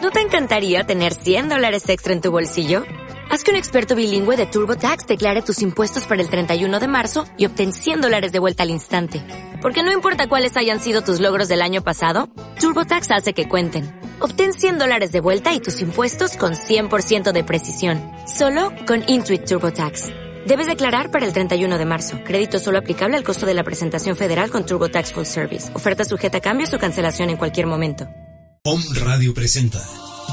¿No te encantaría tener $100 extra en tu bolsillo? Haz que un experto bilingüe de TurboTax declare tus impuestos para el 31 de marzo y obtén $100 de vuelta al instante. Porque no importa cuáles hayan sido tus logros del año pasado, TurboTax hace que cuenten. Obtén $100 de vuelta y tus impuestos con 100% de precisión. Solo con Intuit TurboTax. Debes declarar para el 31 de marzo. Crédito solo aplicable al costo de la presentación federal con TurboTax Full Service. Oferta sujeta a cambios o cancelación en cualquier momento. Om Radio presenta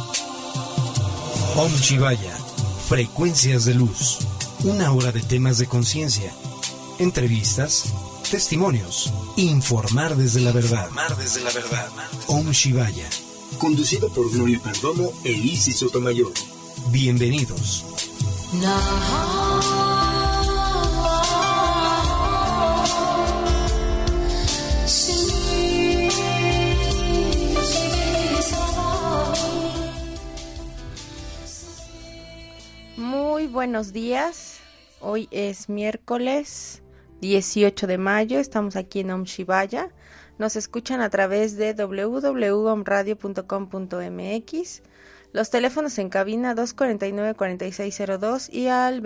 Om Shivaya, Frecuencias de Luz. 1 hora de temas de conciencia, entrevistas, testimonios, informar desde la verdad. Om Shivaya. Conducido por Gloria Perdomo e Isis Sotomayor. Bienvenidos. Muy buenos días, hoy es miércoles 18 de mayo, estamos aquí en Om Shivaya, nos escuchan a través de www.omradio.com.mx, los teléfonos en cabina 249-4602 y al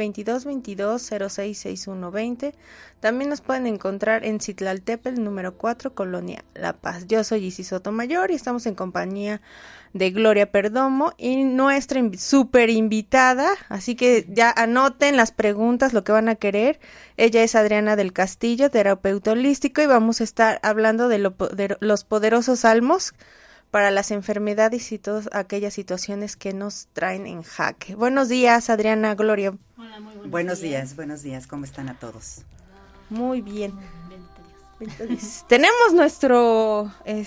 2222-066120, también nos pueden encontrar en Citlaltépetl número 4, Colonia La Paz. Yo soy Isis Sotomayor y estamos en compañía de Gloria Perdomo y nuestra super invitada, así que ya anoten las preguntas, lo que van a querer. Ella es Adriana del Castillo, terapeuta holístico, y vamos a estar hablando de los poderosos salmos para las enfermedades y todas aquellas situaciones que nos traen en jaque. Buenos días, Adriana, Gloria. Hola, muy buenos días. Buenos días, ¿cómo están a todos? Muy bien. Tenemos nuestro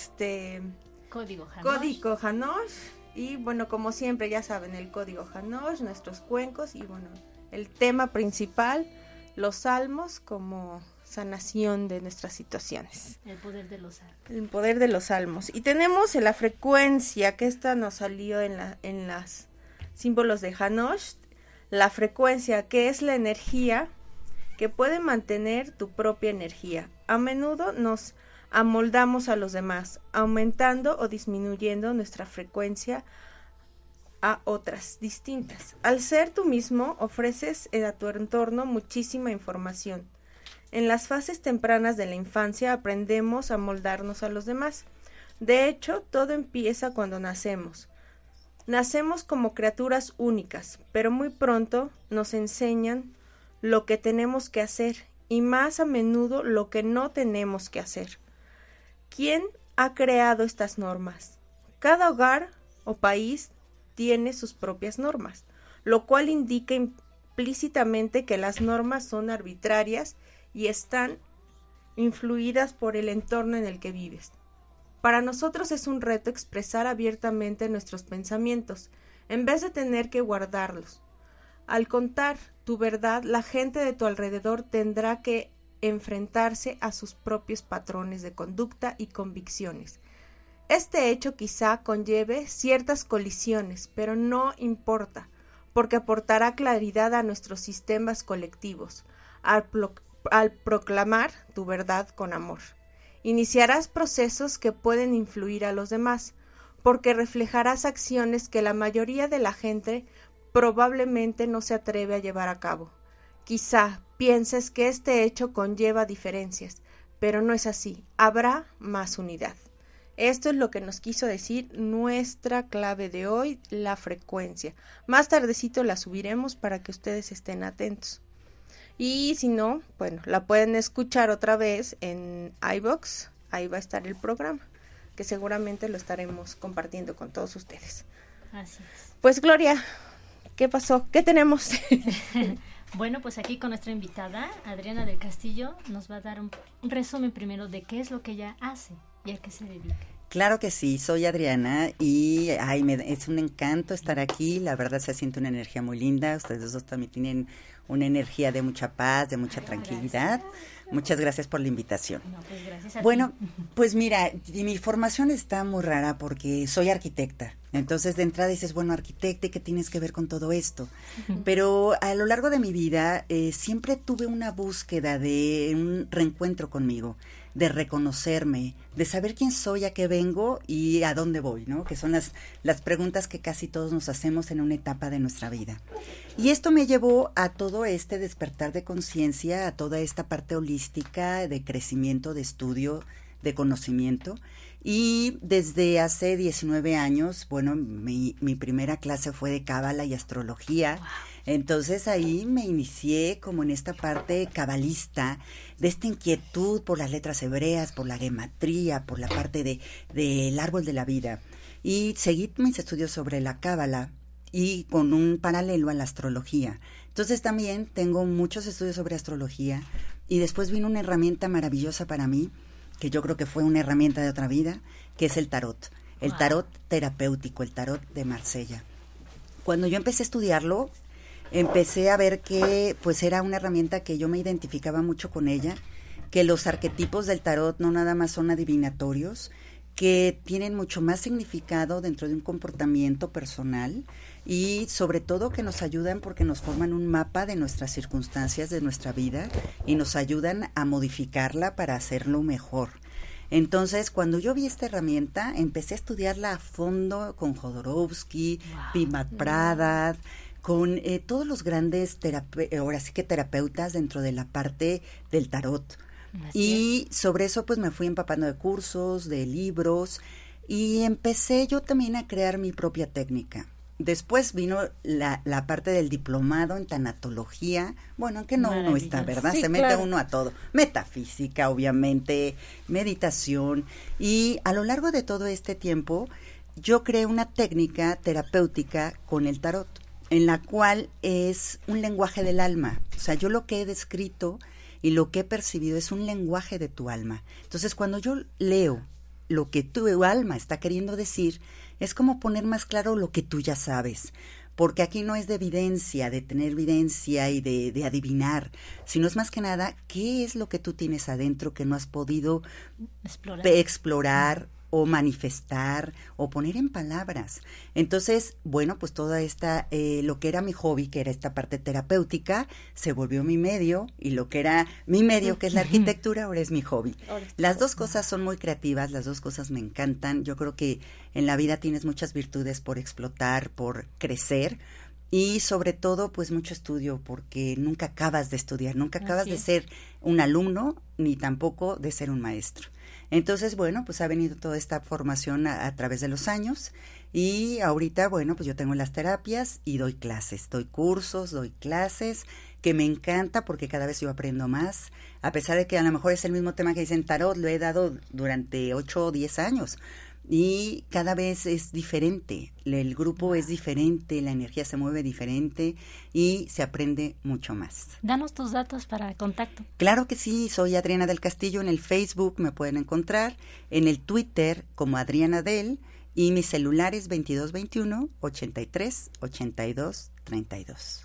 Código Hanosh, y bueno, como siempre ya saben, el código Hanosh, nuestros cuencos y bueno, el tema principal, los salmos como sanación de nuestras situaciones. El poder de los salmos. El poder de los salmos. Y tenemos la frecuencia, que esta nos salió en las símbolos de Hanosh, la frecuencia, que es la energía que puede mantener tu propia energía. A menudo nos amoldamos a los demás, aumentando o disminuyendo nuestra frecuencia a otras distintas. Al ser tú mismo, ofreces a tu entorno muchísima información. En las fases tempranas de la infancia aprendemos a moldarnos a los demás. De hecho, todo empieza cuando nacemos. Nacemos como criaturas únicas, pero muy pronto nos enseñan lo que tenemos que hacer y más a menudo lo que no tenemos que hacer. ¿Quién ha creado estas normas? Cada hogar o país tiene sus propias normas, lo cual indica implícitamente que las normas son arbitrarias y están influidas por el entorno en el que vives. Para nosotros es un reto expresar abiertamente nuestros pensamientos, en vez de tener que guardarlos. Al contar tu verdad, la gente de tu alrededor tendrá que enfrentarse a sus propios patrones de conducta y convicciones. Este hecho quizá conlleve ciertas colisiones, pero no importa, porque aportará claridad a nuestros sistemas colectivos, al proclamar tu verdad con amor. Iniciarás procesos que pueden influir a los demás, porque reflejarás acciones que la mayoría de la gente probablemente no se atreve a llevar a cabo. Quizá pienses que este hecho conlleva diferencias, pero no es así. Habrá más unidad. Esto es lo que nos quiso decir nuestra clave de hoy, la frecuencia. Más tardecito la subiremos para que ustedes estén atentos. Y si no, bueno, la pueden escuchar otra vez en iVoox. Ahí va a estar el programa, que seguramente lo estaremos compartiendo con todos ustedes. Así es. Pues Gloria, ¿qué pasó? ¿Qué tenemos? Bueno, pues aquí con nuestra invitada, Adriana del Castillo, nos va a dar un resumen primero de qué es lo que ella hace y a qué se dedica. Claro que sí, soy Adriana y es un encanto estar aquí, la verdad se siente una energía muy linda, ustedes dos también tienen una energía de mucha paz, de mucha tranquilidad. Muchas gracias por la invitación. No, pues gracias a bueno, ti. pues mira, mi formación está muy rara porque soy arquitecta. Entonces de entrada dices, bueno, arquitecta, ¿qué tienes que ver con todo esto? Pero a lo largo de mi vida siempre tuve una búsqueda de un reencuentro conmigo. de reconocerme, de saber quién soy, a qué vengo y a dónde voy, ¿no? Que son las preguntas que casi todos nos hacemos en una etapa de nuestra vida. Y esto me llevó a todo este despertar de conciencia, a toda esta parte holística de crecimiento, de estudio, de conocimiento. Y desde hace 19 años, bueno, mi primera clase fue de cábala y astrología. Wow. Entonces ahí me inicié como en esta parte cabalista, de esta inquietud por las letras hebreas, por la gematría, por la parte del árbol de la vida. Y seguí mis estudios sobre la cábala y con un paralelo a la astrología. Entonces también tengo muchos estudios sobre astrología y después vino una herramienta maravillosa para mí, que yo creo que fue una herramienta de otra vida, que es el tarot. El tarot terapéutico, el tarot de Marsella. Cuando yo empecé a estudiarlo, empecé a ver que pues era una herramienta que yo me identificaba mucho con ella, que los arquetipos del tarot no nada más son adivinatorios, que tienen mucho más significado dentro de un comportamiento personal y sobre todo que nos ayudan porque nos forman un mapa de nuestras circunstancias, de nuestra vida y nos ayudan a modificarla para hacerlo mejor. Entonces, cuando yo vi esta herramienta, empecé a estudiarla a fondo con Jodorowsky, Vimat Pradhan, con todos los grandes ahora sí que terapeutas dentro de la parte del tarot. Y sobre eso pues me fui empapando de cursos, de libros y empecé yo también a crear mi propia técnica. Después vino la parte del diplomado en tanatología, bueno, aunque no está, ¿verdad? Sí, se mete uno a todo, metafísica obviamente, meditación y a lo largo de todo este tiempo yo creé una técnica terapéutica con el tarot, en la cual es un lenguaje del alma, o sea, yo lo que he descrito y lo que he percibido es un lenguaje de tu alma. Entonces, cuando yo leo lo que tu alma está queriendo decir, es como poner más claro lo que tú ya sabes. Porque aquí no es de evidencia, de tener evidencia y de adivinar, sino es más que nada, ¿qué es lo que tú tienes adentro que no has podido explorar o manifestar o poner en palabras? Entonces, bueno, pues toda esta, lo que era mi hobby, que era esta parte terapéutica, se volvió mi medio, y lo que era mi medio, que es la arquitectura, ahora es mi hobby. Las dos cosas son muy creativas, las dos cosas me encantan. Yo creo que en la vida tienes muchas virtudes por explotar, por crecer, y sobre todo, pues mucho estudio, porque nunca acabas de estudiar, nunca acabas de ser un alumno, ni tampoco de ser un maestro. Entonces, bueno, pues ha venido toda esta formación a través de los años y ahorita, bueno, pues yo tengo las terapias y doy clases, doy cursos, doy clases, que me encanta porque cada vez yo aprendo más, a pesar de que a lo mejor es el mismo tema que dicen tarot, lo he dado durante 8 o 10 años. Y cada vez es diferente, el grupo es diferente, la energía se mueve diferente y se aprende mucho más. Danos tus datos para contacto. Claro que sí, soy Adriana del Castillo, en el Facebook me pueden encontrar, en el Twitter como Adriana Del y mi celular es 2221 83 82 32.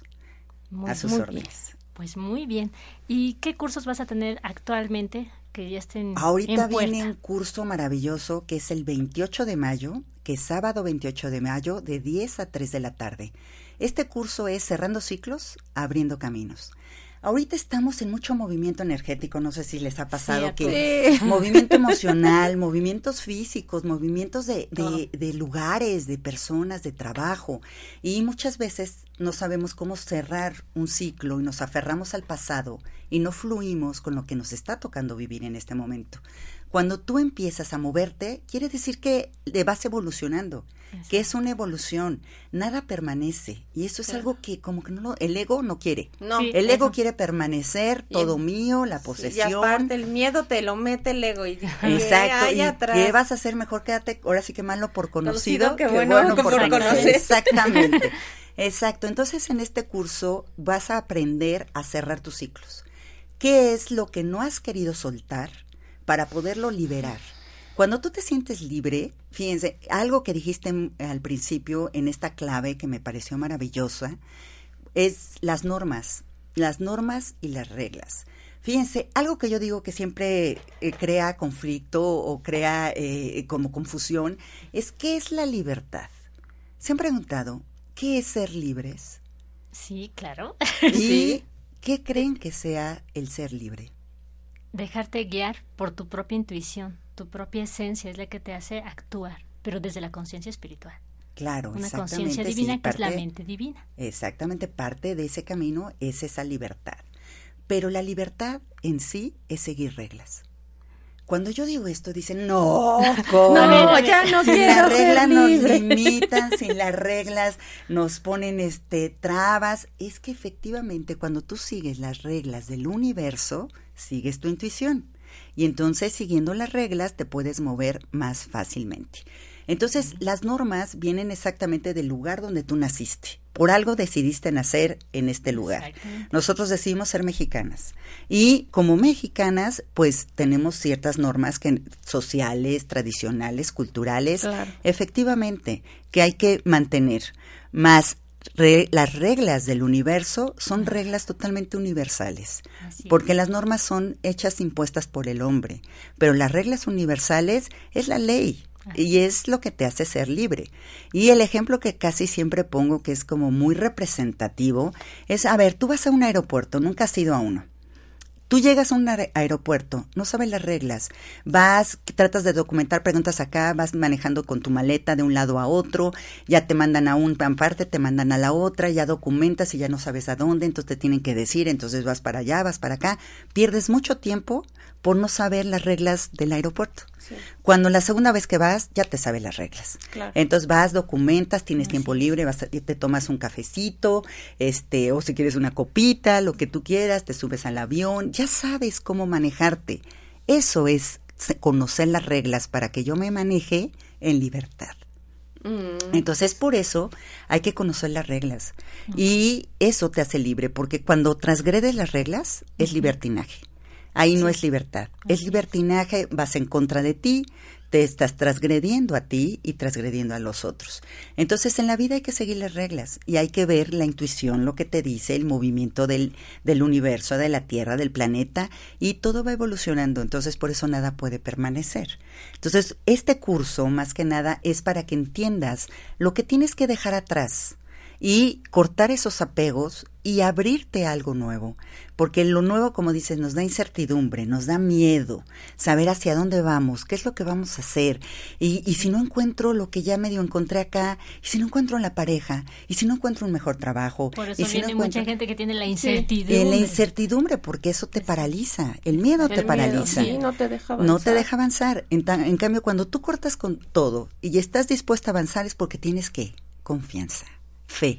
A sus órdenes. Bien. Pues muy bien. ¿Y qué cursos vas a tener actualmente que ya estén ahorita en puerta? Viene un curso maravilloso que es el 28 de mayo, que es sábado 28 de mayo, de 10 a 3 de la tarde. Este curso es Cerrando Ciclos, Abriendo Caminos. Ahorita estamos en mucho movimiento energético, no sé si les ha pasado movimiento emocional, movimientos físicos, movimientos de lugares, de personas, de trabajo. Y muchas veces no sabemos cómo cerrar un ciclo y nos aferramos al pasado y no fluimos con lo que nos está tocando vivir en este momento. Cuando tú empiezas a moverte, quiere decir que vas evolucionando, que es una evolución, nada permanece, y eso es algo que como que el ego no quiere. No, el ego quiere permanecer, todo mío, la posesión. Y aparte el miedo te lo mete el ego. Exacto, y ¿qué vas a hacer? Mejor quédate, ahora sí que malo por conocido, que bueno por conocer. Exactamente, exacto. Entonces en este curso vas a aprender a cerrar tus ciclos. ¿Qué es lo que no has querido soltar para poderlo liberar? Cuando tú te sientes libre, fíjense, algo que dijiste al principio en esta clave que me pareció maravillosa, es las normas y las reglas. Fíjense, algo que yo digo que siempre crea conflicto o crea como confusión, es ¿qué es la libertad? ¿Se han preguntado qué es ser libres? Sí, claro. ¿Y qué creen que sea el ser libre? dejarte guiar por tu propia intuición, tu propia esencia es la que te hace actuar, pero desde la conciencia espiritual. Claro, una exactamente. conciencia divina, sí, que es la mente divina. Exactamente, parte de ese camino es esa libertad. Pero la libertad en sí es seguir reglas. Cuando yo digo esto, dicen, no, ¿cómo? No, ya no si quiero las reglas ser nos libre. limitan, si las reglas nos ponen trabas, es que efectivamente cuando tú sigues las reglas del universo, sigues tu intuición. Y entonces siguiendo las reglas te puedes mover más fácilmente. Entonces, las normas vienen exactamente del lugar donde tú naciste. Por algo decidiste nacer en este lugar. Nosotros decidimos ser mexicanas. Y como mexicanas, pues tenemos ciertas normas sociales, tradicionales, culturales, Claro. efectivamente, que hay que mantener. Más las reglas del universo son reglas totalmente universales, porque las normas son hechas, impuestas por el hombre, pero las reglas universales es la ley. Y es lo que te hace ser libre. Y el ejemplo que casi siempre pongo, que es como muy representativo, es, a ver, tú vas a un aeropuerto, nunca has ido a uno. Tú llegas a un aeropuerto, no sabes las reglas, vas, tratas de documentar, preguntas acá, vas manejando con tu maleta de un lado a otro, ya te mandan a una parte, te mandan a la otra, ya documentas y ya no sabes a dónde, entonces te tienen que decir, entonces vas para allá, vas para acá, pierdes mucho tiempo por no saber las reglas del aeropuerto. Sí. Cuando la segunda vez que vas, ya te sabes las reglas. Claro. Entonces vas, documentas, tienes tiempo libre, te tomas un cafecito, o si quieres una copita, lo que tú quieras, te subes al avión, ya sabes cómo manejarte. Eso es conocer las reglas para que yo me maneje en libertad. Entonces, por eso hay que conocer las reglas. Y eso te hace libre, porque cuando transgredes las reglas, es libertinaje. Ahí no es libertad, es libertinaje, vas en contra de ti, te estás transgrediendo a ti y transgrediendo a los otros. Entonces, en la vida hay que seguir las reglas y hay que ver la intuición, lo que te dice, el movimiento del universo, de la Tierra, del planeta, y todo va evolucionando. Entonces, por eso nada puede permanecer. Entonces, este curso, más que nada, es para que entiendas lo que tienes que dejar atrás y cortar esos apegos y abrirte a algo nuevo, porque lo nuevo, como dices, nos da incertidumbre, nos da miedo, saber hacia dónde vamos, qué es lo que vamos a hacer, y si no encuentro lo que ya medio encontré acá, y si no encuentro la pareja, y si no encuentro un mejor trabajo, por eso y si viene no encuentro... mucha gente que tiene la incertidumbre. La incertidumbre, porque eso te paraliza, el miedo te paraliza. Sí, no te deja avanzar. No te deja avanzar. En cambio, cuando tú cortas con todo y estás dispuesta a avanzar es porque tienes ¿qué? Confianza, fe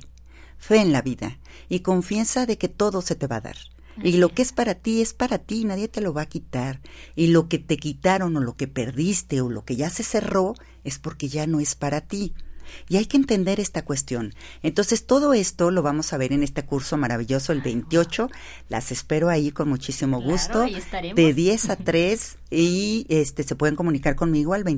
en la vida y confianza de que todo se te va a dar. Y lo que es para ti, nadie te lo va a quitar. Y lo que te quitaron o lo que perdiste o lo que ya se cerró es porque ya no es para ti. Y hay que entender esta cuestión. Entonces, todo esto lo vamos a ver en este curso maravilloso el 28. Las espero ahí con muchísimo gusto. Ahí estaremos. De 10 a 3 y se pueden comunicar conmigo al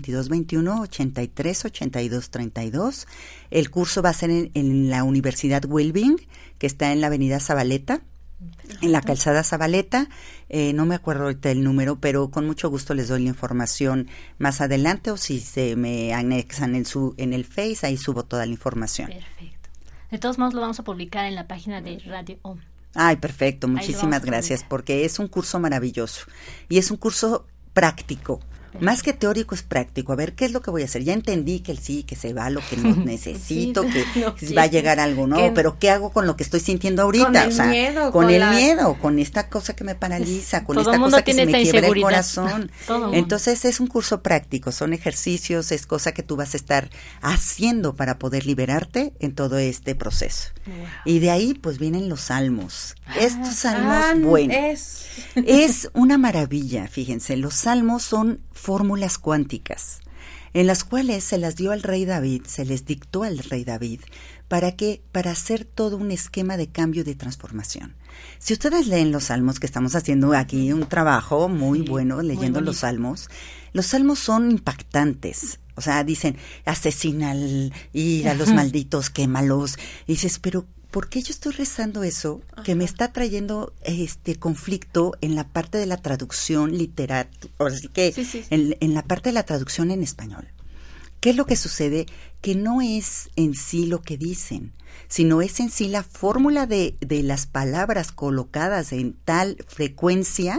2221-83-8232. El curso va a ser en la Universidad Wilbing, que está en la Avenida Zabaleta. En la calzada Zabaleta, no me acuerdo ahorita el número, pero con mucho gusto les doy la información más adelante, o si se me anexan en el Face, ahí subo toda la información. Perfecto. De todos modos lo vamos a publicar en la página de Radio OM. Ay, perfecto, muchísimas gracias, porque es un curso maravilloso y es un curso práctico. Más que teórico, es práctico. A ver, ¿qué es lo que voy a hacer? Ya entendí que que se va lo que no necesito, que va a llegar algo nuevo, pero ¿qué hago con lo que estoy sintiendo ahorita? Con el miedo. Con el miedo, con esta cosa que me paraliza, con esta cosa que se me quiebra el corazón. Entonces, es un curso práctico, son ejercicios, es cosa que tú vas a estar haciendo para poder liberarte en todo este proceso. Wow. Y de ahí, pues, vienen los salmos. Estos salmos, bueno, es una maravilla, fíjense, los salmos son fórmulas cuánticas, en las cuales se las dio al rey David, se les dictó al rey David, ¿para qué? Para hacer todo un esquema de cambio y de transformación. Si ustedes leen los salmos, que estamos haciendo aquí un trabajo muy bueno leyendo los salmos son impactantes. O sea, dicen, asesina y a los malditos, quémalos. Y dices, pero ¿por qué yo estoy rezando eso que me está trayendo conflicto en la parte de la traducción literal? Así que en la parte de la traducción en español. ¿Qué es lo que sucede? Que no es en sí lo que dicen, sino es en sí la fórmula de las palabras colocadas en tal frecuencia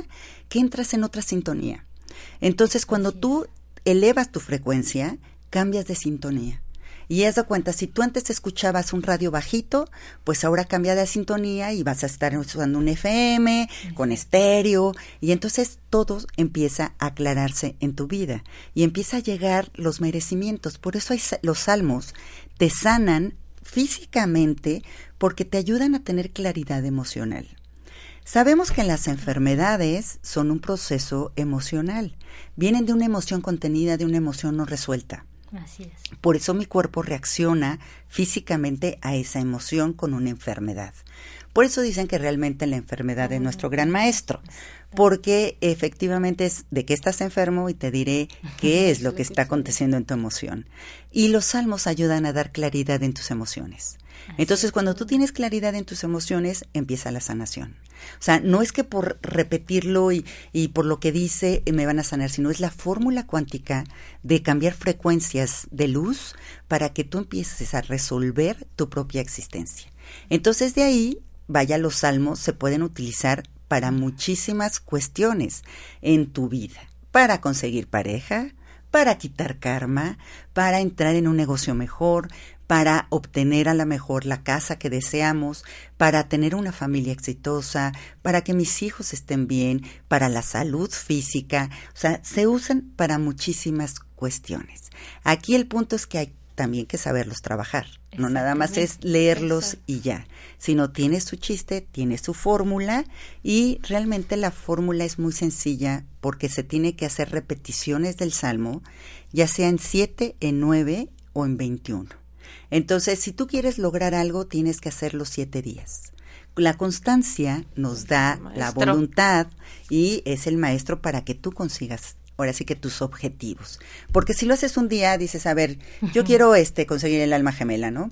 que entras en otra sintonía. Entonces, cuando tú elevas tu frecuencia, cambias de sintonía. Y haz de cuenta, si tú antes escuchabas un radio bajito, pues ahora cambia de sintonía y vas a estar usando un FM, con estéreo, y entonces todo empieza a aclararse en tu vida y empieza a llegar los merecimientos. Por eso los salmos te sanan físicamente porque te ayudan a tener claridad emocional. Sabemos que las enfermedades son un proceso emocional, vienen de una emoción contenida, de una emoción no resuelta. Así es. Por eso mi cuerpo reacciona físicamente a esa emoción con una enfermedad. Por eso dicen que realmente la enfermedad es nuestro gran maestro, porque efectivamente es de qué estás enfermo y te diré qué es lo que está aconteciendo en tu emoción. Y los salmos ayudan a dar claridad en tus emociones. Entonces, cuando tú tienes claridad en tus emociones, empieza la sanación. O sea, no es que por repetirlo y por lo que dice me van a sanar, sino es la fórmula cuántica de cambiar frecuencias de luz para que tú empieces a resolver tu propia existencia. Entonces, de ahí, vaya, los salmos se pueden utilizar para muchísimas cuestiones en tu vida. Para conseguir pareja, para quitar karma, para entrar en un negocio mejor, para obtener a lo mejor la casa que deseamos, para tener una familia exitosa, para que mis hijos estén bien, para la salud física. O sea, se usan para muchísimas cuestiones. Aquí el punto es que hay también que saberlos trabajar. No nada más es leerlos y ya, sino tiene su chiste, tiene su fórmula y realmente la fórmula es muy sencilla porque se tiene que hacer repeticiones del salmo, ya sea en 7, en 9 o en 21. Entonces, si tú quieres lograr algo, tienes que hacerlo 7 días. La constancia nos da la voluntad y es el maestro para que tú consigas ahora sí que tus objetivos. Porque si lo haces un día, dices, a ver, yo quiero conseguir el alma gemela, ¿no?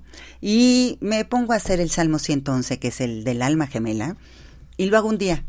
Y me pongo a hacer el Salmo 111, que es el del alma gemela, y lo hago un día.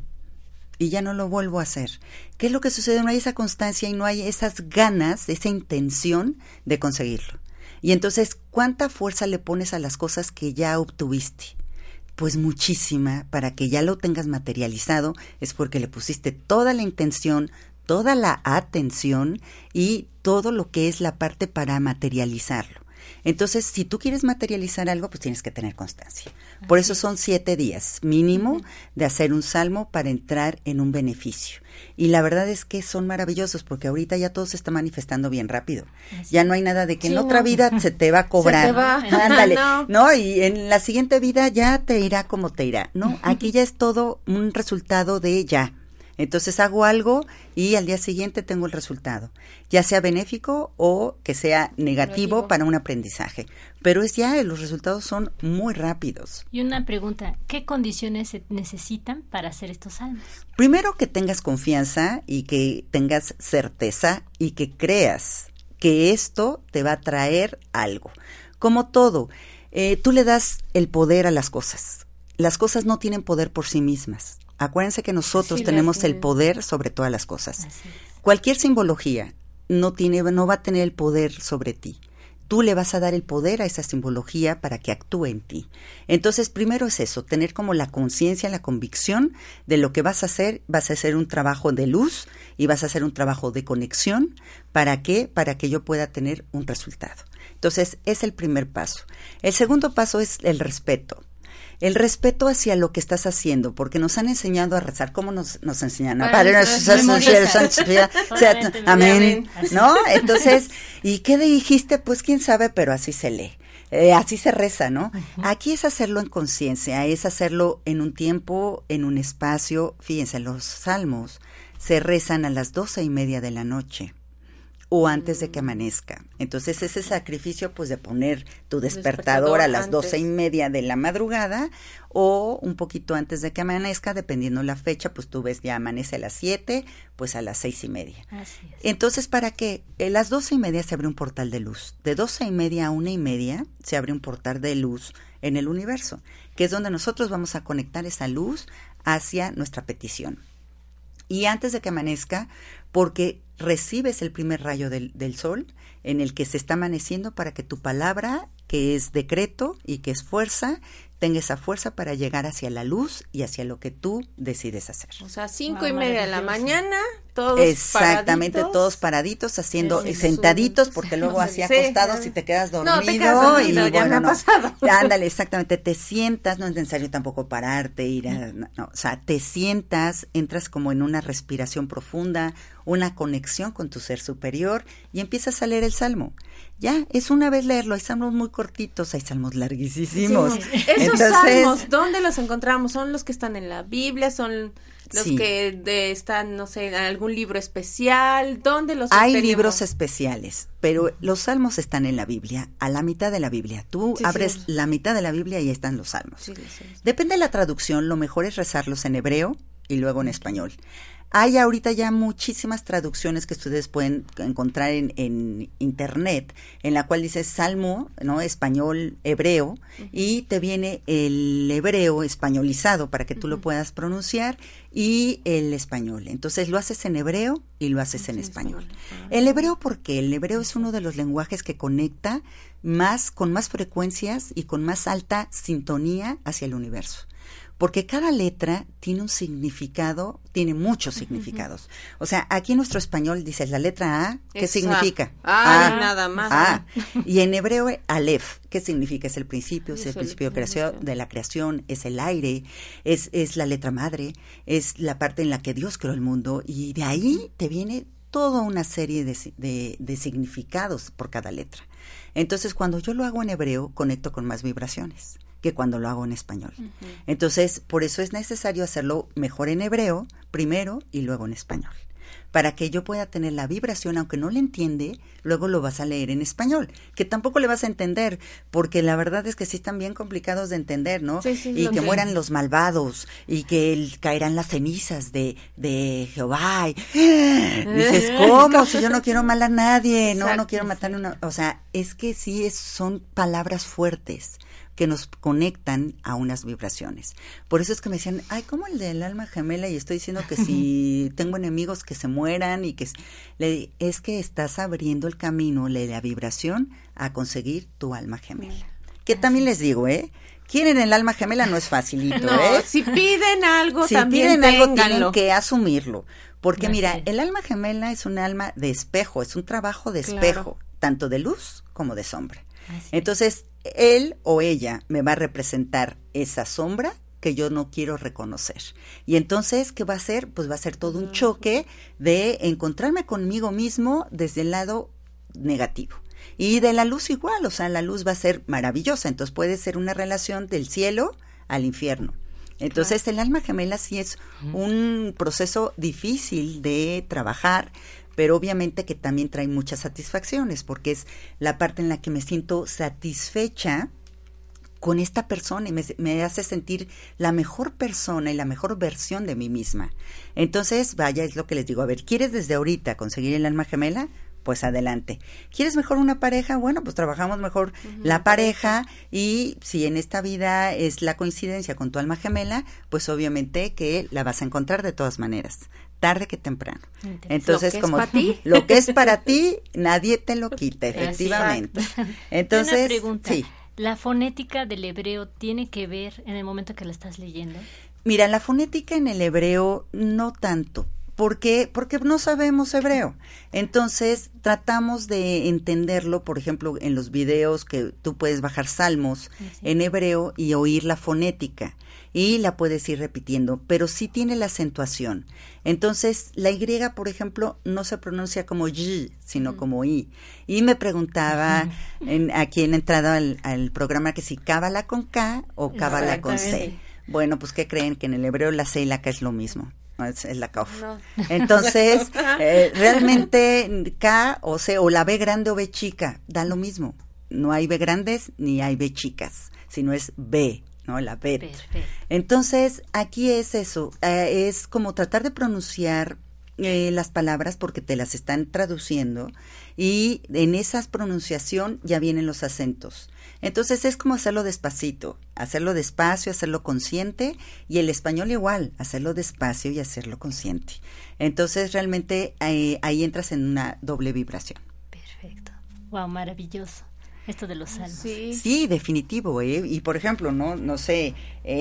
Y ya no lo vuelvo a hacer. ¿Qué es lo que sucede? No hay esa constancia y no hay esas ganas, esa intención de conseguirlo. Y entonces, ¿cuánta fuerza le pones a las cosas que ya obtuviste? Pues muchísima, para que ya lo tengas materializado, es porque le pusiste toda la intención, toda la atención y todo lo que es la parte para materializarlo. Entonces, si tú quieres materializar algo, pues tienes que tener constancia. Por eso son 7 días mínimo de hacer un salmo para entrar en un beneficio. Y la verdad es que son maravillosos porque ahorita ya todo se está manifestando bien rápido. Ya no hay nada de que en otra vida se te va a cobrar. Se te va. Ándale. No, y en la siguiente vida ya te irá como te irá. No, aquí ya es todo un resultado de ya. Entonces hago algo y al día siguiente tengo el resultado, ya sea benéfico o que sea negativo para un aprendizaje. Pero los resultados son muy rápidos. Y una pregunta, ¿qué condiciones se necesitan para hacer estos salmos? Primero, que tengas confianza y que tengas certeza y que creas que esto te va a traer algo. Como todo, tú le das el poder a las cosas. Las cosas no tienen poder por sí mismas. Acuérdense que nosotros tenemos el poder sobre todas las cosas. Cualquier simbología no va a tener el poder sobre ti. Tú le vas a dar el poder a esa simbología para que actúe en ti. Entonces, primero es eso, tener como la conciencia, la convicción de lo que vas a hacer. Vas a hacer un trabajo de luz y vas a hacer un trabajo de conexión. ¿Para qué? Para que yo pueda tener un resultado. Entonces, es el primer paso. El segundo paso es el respeto. El respeto hacia lo que estás haciendo, porque nos han enseñado a rezar. ¿Cómo nos enseñan? Amén, ¿no? Entonces, ¿y qué dijiste? Pues quién sabe, pero así se lee. Así se reza, ¿no? Aquí es hacerlo en conciencia, es hacerlo en un tiempo, en un espacio. Fíjense, los salmos se rezan a las 12:30 de la noche. O antes de que amanezca. Entonces, ese sacrificio, pues, de poner tu despertador a las 12:30 de la madrugada o un poquito antes de que amanezca, dependiendo la fecha, pues tú ves, ya amanece a las 7, pues a las 6:30. Así es. Entonces, ¿para qué? A las 12:30 se abre un portal de luz. De 12:30 a 1:30 se abre un portal de luz en el universo, que es donde nosotros vamos a conectar esa luz hacia nuestra petición. Y antes de que amanezca, porque recibes el primer rayo del sol en el que se está amaneciendo para que tu palabra, que es decreto y que es fuerza, tenga esa fuerza para llegar hacia la luz y hacia lo que tú decides hacer. O sea, 5:30 de la mañana, todos exactamente, paraditos. Todos paraditos, haciendo sentaditos, porque luego así acostados y te quedas dormido. No, te quedas dormido, y ya me ha pasado. Ándale, exactamente, te sientas, no es necesario tampoco pararte, ir a, no, o sea, te sientas, entras como en una respiración profunda, una conexión con tu ser superior y empiezas a leer el salmo. Ya, es una vez leerlo, hay salmos muy cortitos, hay salmos larguísimos. Sí. Esos salmos, ¿dónde los encontramos? ¿Son los que están en la Biblia? ¿Son los que están, no sé, en algún libro especial? ¿Dónde los Hay tenemos? libros especiales, pero los salmos están en la Biblia, a la mitad de la Biblia. Tú abres la mitad de la Biblia y ahí están los salmos. Sí. Depende de la traducción, lo mejor es rezarlos en hebreo y luego en español. Hay ahorita ya muchísimas traducciones que ustedes pueden encontrar en internet, en la cual dice salmo, ¿no? Español, hebreo, y te viene el hebreo españolizado para que tú lo puedas pronunciar y el español. Entonces lo haces en hebreo y lo haces en español. El hebreo, ¿por qué? El hebreo es uno de los lenguajes que conecta con más frecuencias y con más alta sintonía hacia el universo. Porque cada letra tiene un significado, tiene muchos significados. O sea, aquí en nuestro español dices la letra A, ¿qué significa? Nada más. A. Y en hebreo, Aleph, ¿qué significa? Es el principio, es el principio de la creación, es el aire, es la letra madre, es la parte en la que Dios creó el mundo, y de ahí te viene toda una serie de significados por cada letra. Entonces, cuando yo lo hago en hebreo, conecto con más vibraciones que cuando lo hago en español. Entonces, por eso es necesario hacerlo mejor en hebreo primero y luego en español. Para que yo pueda tener la vibración, aunque no le entiende, luego lo vas a leer en español, que tampoco le vas a entender, porque la verdad es que sí están bien complicados de entender, ¿no? Sí, y que mueran los malvados, y que caerán las cenizas de Jehová. Y dices, ¿cómo? Si yo no quiero mal a nadie, no quiero matar a una... O sea, es que sí son palabras fuertes que nos conectan a unas vibraciones. Por eso es que me decían, ay, ¿cómo el del alma gemela? Y estoy diciendo que si tengo enemigos que se mueran y que... Es que estás abriendo el camino de la vibración a conseguir tu alma gemela. Que también les digo, quieren el alma gemela, no es facilito, Si piden algo, si también piden algo, tienen que asumirlo. Porque mira, el alma gemela es un alma de espejo, es un trabajo de espejo, tanto de luz como de sombra. Entonces, él o ella me va a representar esa sombra que yo no quiero reconocer. Y entonces, ¿qué va a hacer? Pues va a ser todo un choque de encontrarme conmigo mismo desde el lado negativo. Y de la luz igual, o sea, la luz va a ser maravillosa. Entonces puede ser una relación del cielo al infierno. Entonces, el alma gemela sí es un proceso difícil de trabajar, pero obviamente que también trae muchas satisfacciones, porque es la parte en la que me siento satisfecha con esta persona y me hace sentir la mejor persona y la mejor versión de mí misma. Entonces, vaya, es lo que les digo, a ver, ¿quieres desde ahorita conseguir el alma gemela? Pues adelante. ¿Quieres mejor una pareja? Bueno, pues trabajamos mejor la pareja, y si en esta vida es la coincidencia con tu alma gemela, pues obviamente que la vas a encontrar de todas maneras, tarde que temprano. Entonces, lo que es para ti, nadie te lo quita, efectivamente. Entonces, una pregunta. Sí. ¿La fonética del hebreo tiene que ver en el momento que la estás leyendo? Mira, la fonética en el hebreo no tanto. ¿Por qué? Porque no sabemos hebreo. Entonces, tratamos de entenderlo, por ejemplo, en los videos que tú puedes bajar salmos en hebreo y oír la fonética. Y la puedes ir repitiendo, pero sí tiene la acentuación. Entonces, la Y, por ejemplo, no se pronuncia como Y, sino como I. Y me preguntaba aquí en la entrada al programa que si cábala con K o cábala con C. Bueno, pues, ¿qué creen? Que en el hebreo la C y la K es lo mismo. Es la Kaf. No. Entonces, realmente K o C, o la B grande o B chica, da lo mismo. No hay B grandes ni hay B chicas, sino es B, ¿no? La Bet. Perfecto. Entonces, aquí es eso, es como tratar de pronunciar las palabras porque te las están traduciendo, y en esa pronunciación ya vienen los acentos. Entonces es como hacerlo despacito, hacerlo despacio, hacerlo consciente, y el español igual, hacerlo despacio y hacerlo consciente. Entonces realmente ahí entras en una doble vibración. Perfecto. Wow, maravilloso. Esto de los salmos. Sí, definitivo, y por ejemplo, no sé,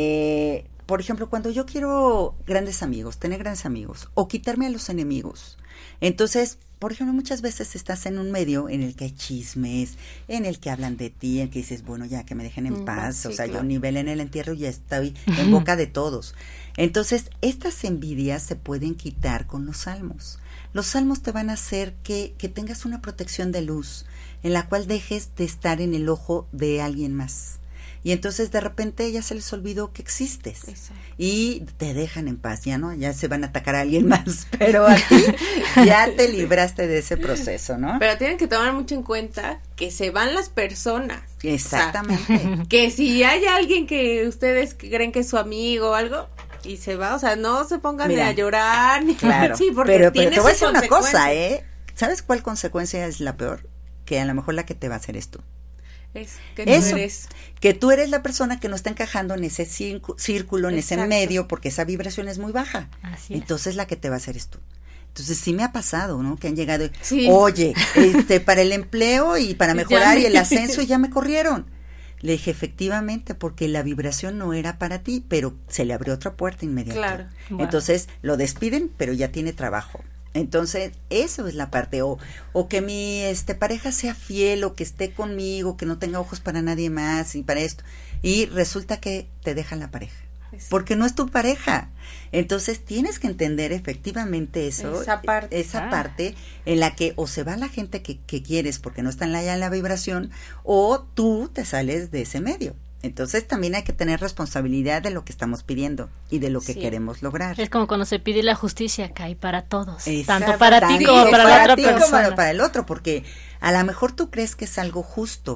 por ejemplo, cuando yo quiero tener grandes amigos, o quitarme a los enemigos, entonces, por ejemplo, muchas veces estás en un medio en el que hay chismes, en el que hablan de ti, en el que dices, bueno, ya que me dejen en paz, sí, o sea, claro. yo nivel en el entierro ya estoy en boca de todos. Entonces, estas envidias se pueden quitar con los salmos. Los salmos te van a hacer que tengas una protección de luz, en la cual dejes de estar en el ojo de alguien más. Y entonces de repente ya se les olvidó que existes. Exacto. Y te dejan en paz, ya se van a atacar a alguien más, pero a ti ya te libraste de ese proceso, ¿no? Pero tienen que tomar mucho en cuenta que se van las personas. Exactamente. O sea, que si hay alguien que ustedes creen que es su amigo o algo y se va, o sea, no se pongan Mira, a llorar. Claro, sí, porque pero tiene te voy a sus decir una cosa, consecuencias. ¿Sabes cuál consecuencia es la peor? Que a lo mejor la que te va a hacer es tú. Es que Eso, tú eres. que tú eres la persona que no está encajando en ese círculo, en ese Exacto. medio, porque esa vibración es muy baja. Así es. Entonces la que te va a hacer es tú. Entonces sí me ha pasado, ¿no? Que han llegado, Sí. oye, para el empleo y para mejorar y el ascenso ya me corrieron. Le dije, efectivamente, porque la vibración no era para ti, pero se le abrió otra puerta inmediata. Claro. Wow. Entonces lo despiden, pero ya tiene trabajo. Entonces, eso es la parte, o que mi pareja sea fiel, o que esté conmigo, que no tenga ojos para nadie más y para esto. Y resulta que te deja la pareja, porque no es tu pareja. Entonces, tienes que entender efectivamente eso, Esa parte. en la que o se va la gente que quieres porque no está ya en la vibración, o tú te sales de ese medio. Entonces también hay que tener responsabilidad de lo que estamos pidiendo y de lo que queremos lograr. Es como cuando se pide la justicia, cae para todos. Exacto. Tanto para ti como para la otra persona. Como para el otro, porque a lo mejor tú crees que es algo justo,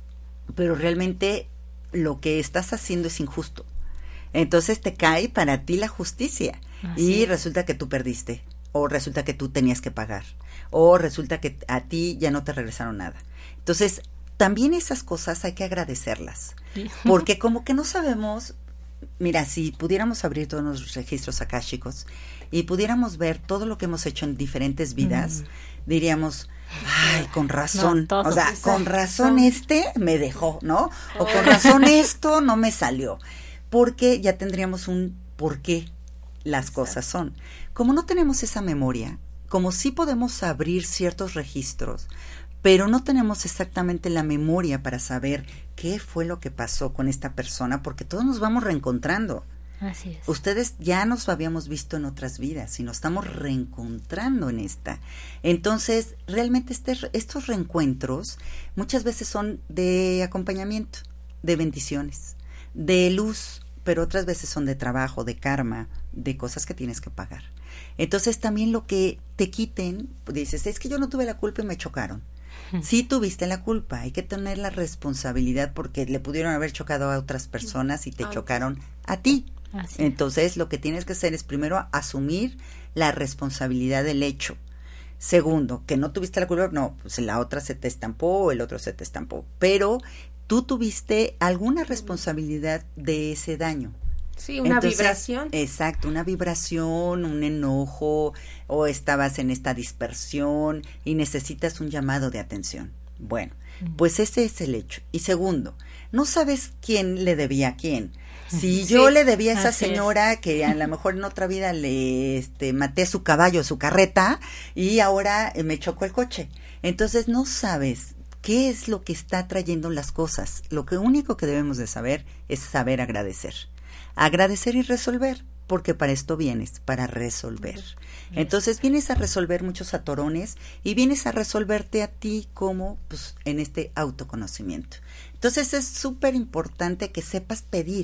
pero realmente lo que estás haciendo es injusto. Entonces te cae para ti la justicia. Y resulta que tú perdiste, o resulta que tú tenías que pagar, o resulta que a ti ya no te regresaron nada. Entonces, también esas cosas hay que agradecerlas, porque como que no sabemos. Mira, si pudiéramos abrir todos los registros akáshicos y pudiéramos ver todo lo que hemos hecho en diferentes vidas, diríamos, ay, con razón, No, o sea, Exacto. con razón me dejó, ¿no? O con razón esto no me salió, porque ya tendríamos un por qué las cosas son. Como no tenemos esa memoria, como sí podemos abrir ciertos registros, pero no tenemos exactamente la memoria para saber qué fue lo que pasó con esta persona, porque todos nos vamos reencontrando. Así es. Ustedes ya nos habíamos visto en otras vidas y nos estamos reencontrando en esta. Entonces, realmente estos reencuentros muchas veces son de acompañamiento, de bendiciones, de luz, pero otras veces son de trabajo, de karma, de cosas que tienes que pagar. Entonces, también lo que te quiten, dices, es que yo no tuve la culpa y me chocaron. Sí tuviste la culpa, hay que tener la responsabilidad porque le pudieron haber chocado a otras personas y te chocaron a ti. Así Entonces lo que tienes que hacer es primero asumir la responsabilidad del hecho. Segundo, que no tuviste la culpa, no, pues la otra se te estampó o el otro se te estampó, pero tú tuviste alguna responsabilidad de ese daño. Sí, una Entonces, vibración. Exacto, una vibración, un enojo, o estabas en esta dispersión y necesitas un llamado de atención. Bueno, pues ese es el hecho. Y segundo, no sabes quién le debía a quién. Si yo le debía a esa señora que a lo mejor en otra vida le maté su caballo, su carreta, y ahora me chocó el coche. Entonces no sabes qué es lo que está trayendo las cosas. Lo que único que debemos de saber es saber agradecer. Agradecer y resolver, porque para esto vienes, para resolver. Entonces vienes a resolver muchos atorones y vienes a resolverte a ti como pues en este autoconocimiento. Entonces es súper importante que sepas pedir,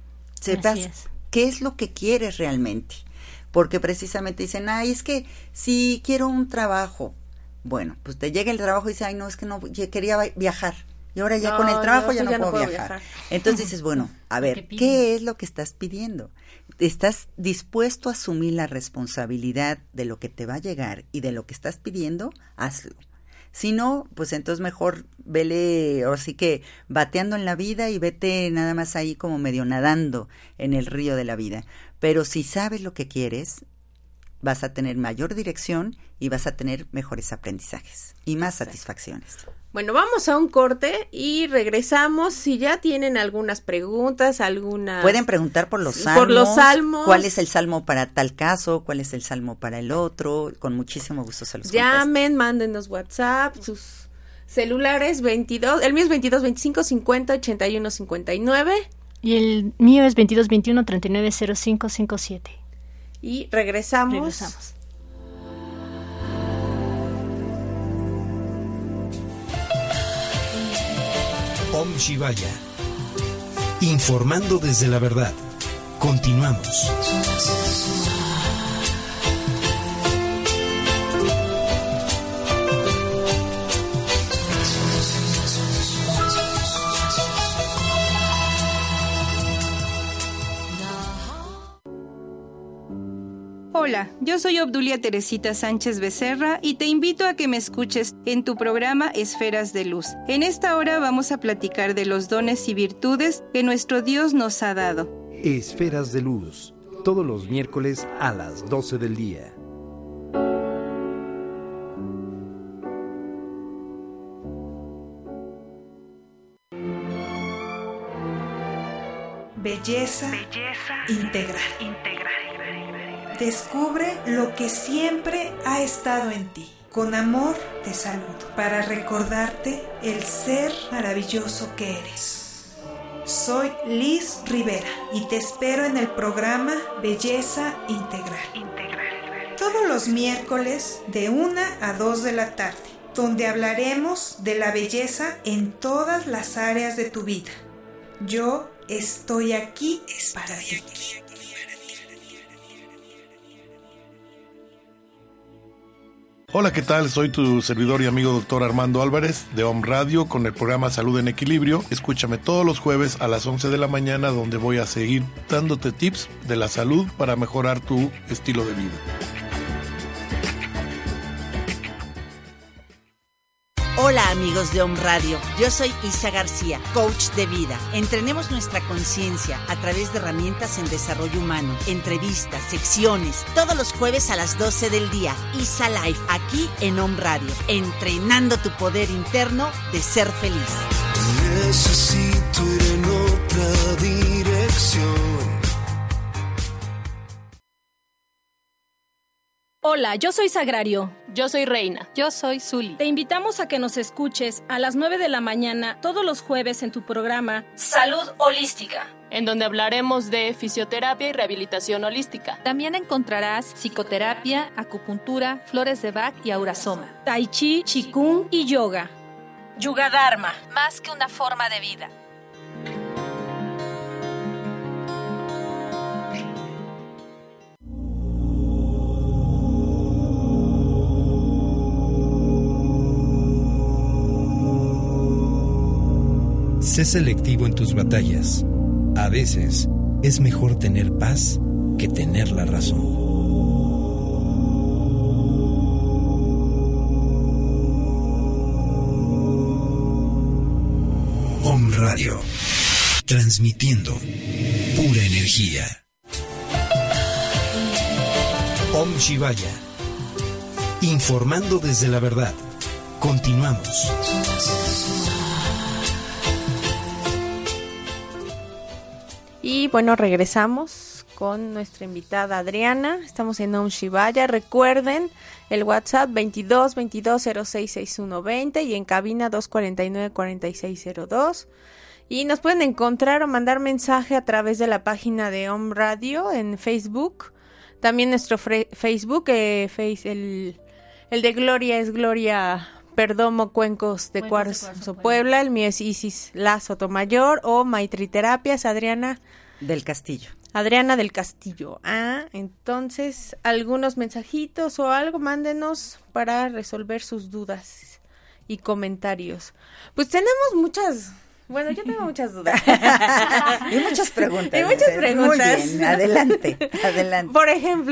sepas qué es lo que quieres realmente, porque precisamente dicen, ay, es que si quiero un trabajo, bueno, pues te llega el trabajo y dice, ay, no, es que no, quería viajar. Y ahora ya con el trabajo ya no puedo viajar. Entonces dices, bueno, a ver, ¿qué es lo que estás pidiendo? ¿Estás dispuesto a asumir la responsabilidad de lo que te va a llegar y de lo que estás pidiendo? Hazlo. Si no, pues entonces mejor vele, o sí que bateando en la vida y vete nada más ahí como medio nadando en el río de la vida. Pero si sabes lo que quieres, vas a tener mayor dirección y vas a tener mejores aprendizajes y más satisfacciones. Bueno, vamos a un corte y regresamos. Si ya tienen algunas preguntas, pueden preguntar por los salmos. Por los salmos. ¿Cuál es el salmo para tal caso? ¿Cuál es el salmo para el otro? Con muchísimo gusto se los contesto. Llamen, mándenos WhatsApp, sus celulares 22, el mío es 22 25 50 81 59. Y el mío es 22 21 39 05 57. Y regresamos. Om Shivaya. Informando desde la verdad. Continuamos. Hola, yo soy Obdulia Teresita Sánchez Becerra y te invito a que me escuches en tu programa Esferas de Luz. En esta hora vamos a platicar de los dones y virtudes que nuestro Dios nos ha dado. Esferas de Luz, todos los miércoles a las 12 del día. Belleza integral. Descubre lo que siempre ha estado en ti. Con amor te saludo para recordarte el ser maravilloso que eres. Soy Liz Rivera y te espero en el programa Belleza Integral. Todos los miércoles de 1 a 2 de la tarde, donde hablaremos de la belleza en todas las áreas de tu vida. Yo estoy aquí para ti. Hola, ¿qué tal? Soy tu servidor y amigo Dr. Armando Álvarez de Om Radio con el programa Salud en Equilibrio. Escúchame todos los jueves a las 11 de la mañana donde voy a seguir dándote tips de la salud para mejorar tu estilo de vida. Hola amigos de Om Radio, yo soy Isa García, coach de vida. Entrenemos nuestra conciencia a través de herramientas en desarrollo humano, entrevistas, secciones, todos los jueves a las 12 del día. Isa Live, aquí en Om Radio, entrenando tu poder interno de ser feliz. Necesito ir en otra dirección. Hola, yo soy Sagrario. Yo soy Reina. Yo soy Zuli. Te invitamos a que nos escuches a las 9 de la mañana todos los jueves en tu programa Salud Holística, en donde hablaremos de fisioterapia y rehabilitación holística. También encontrarás psicoterapia, acupuntura, flores de Bach y aurasoma, tai chi, qigong y yoga. Yuga Dharma, más que una forma de vida. Sé selectivo en tus batallas. A veces es mejor tener paz que tener la razón. Om Radio, transmitiendo pura energía. Om Shivaya, informando desde la verdad. Continuamos. Y bueno, regresamos con nuestra invitada Adriana. Estamos en Om Shivaya. Recuerden el WhatsApp 22 22 06 61 20 y en cabina 249 4602. Y nos pueden encontrar o mandar mensaje a través de la página de Om Radio en Facebook. También nuestro Facebook, el de Gloria es Gloria Perdomo Cuencos de Cuarzo Puebla. El mío es Isis La Sotomayor o Maitri Terapias, Adriana del Castillo. Adriana del Castillo. Entonces, algunos mensajitos o algo, mándenos para resolver sus dudas y comentarios. Pues tenemos muchas... Bueno, yo tengo muchas dudas. Y muchas preguntas. Muy bien, adelante. Por ejemplo,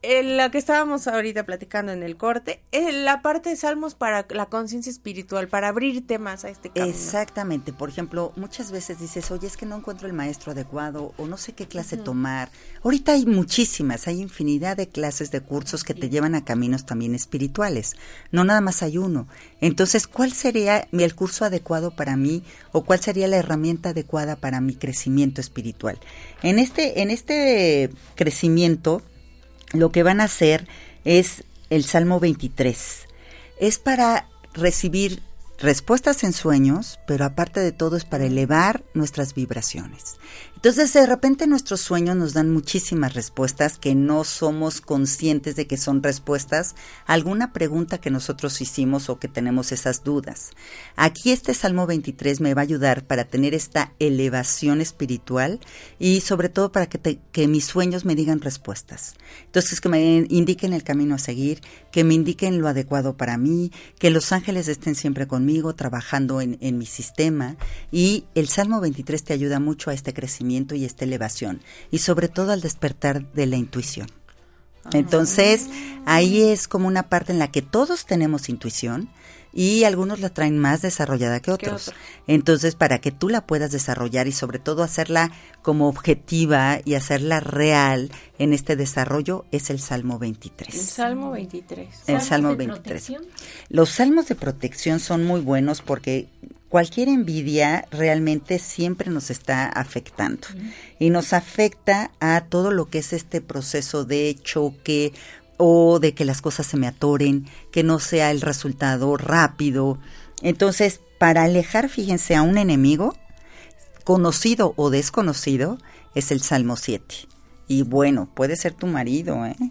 la que estábamos ahorita platicando en el corte, la parte de salmos para la conciencia espiritual, para abrirte más a este camino. Exactamente. Por ejemplo, muchas veces dices, oye, es que no encuentro el maestro adecuado o no sé qué clase tomar. Ahorita hay muchísimas, hay infinidad de clases, de cursos que te llevan a caminos también espirituales. No nada más hay uno. Entonces, ¿cuál sería el curso adecuado para mí o cuál sería la herramienta adecuada para mi crecimiento espiritual? En este crecimiento, lo que van a hacer es el Salmo 23. Es para recibir respuestas en sueños, pero aparte de todo es para elevar nuestras vibraciones. Entonces, de repente nuestros sueños nos dan muchísimas respuestas que no somos conscientes de que son respuestas a alguna pregunta que nosotros hicimos o que tenemos esas dudas. Aquí este Salmo 23 me va a ayudar para tener esta elevación espiritual y sobre todo para que mis sueños me digan respuestas. Entonces, que me indiquen el camino a seguir, que me indiquen lo adecuado para mí, que los ángeles estén siempre conmigo, trabajando en mi sistema. Y el Salmo 23 te ayuda mucho a este crecimiento y esta elevación, y sobre todo al despertar de la intuición. Entonces, ahí es como una parte en la que todos tenemos intuición y algunos la traen más desarrollada que otros. Entonces, para que tú la puedas desarrollar y sobre todo hacerla como objetiva y hacerla real en este desarrollo, es el Salmo 23. El Salmo 23. El Salmo 23. Los salmos de protección son muy buenos porque cualquier envidia realmente siempre nos está afectando y nos afecta a todo lo que es este proceso de choque o de que las cosas se me atoren, que no sea el resultado rápido. Entonces, para alejar, fíjense, a un enemigo, conocido o desconocido, es el Salmo 7. Y bueno, puede ser tu marido, ¿eh?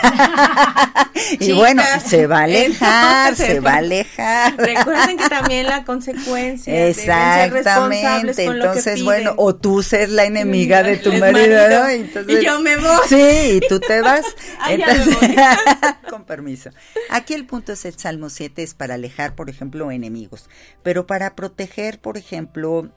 Y chicas, bueno, se va a alejar, se va a alejar. Recuerden que también la consecuencia exactamente, deben ser responsables con entonces lo que bueno, o tú ser la enemiga de tu marido, ¿no? Entonces, y yo me voy. Sí, y tú te vas. Entonces, con permiso. Aquí el punto es el Salmo 7 es para alejar, por ejemplo, enemigos, pero para proteger, por ejemplo,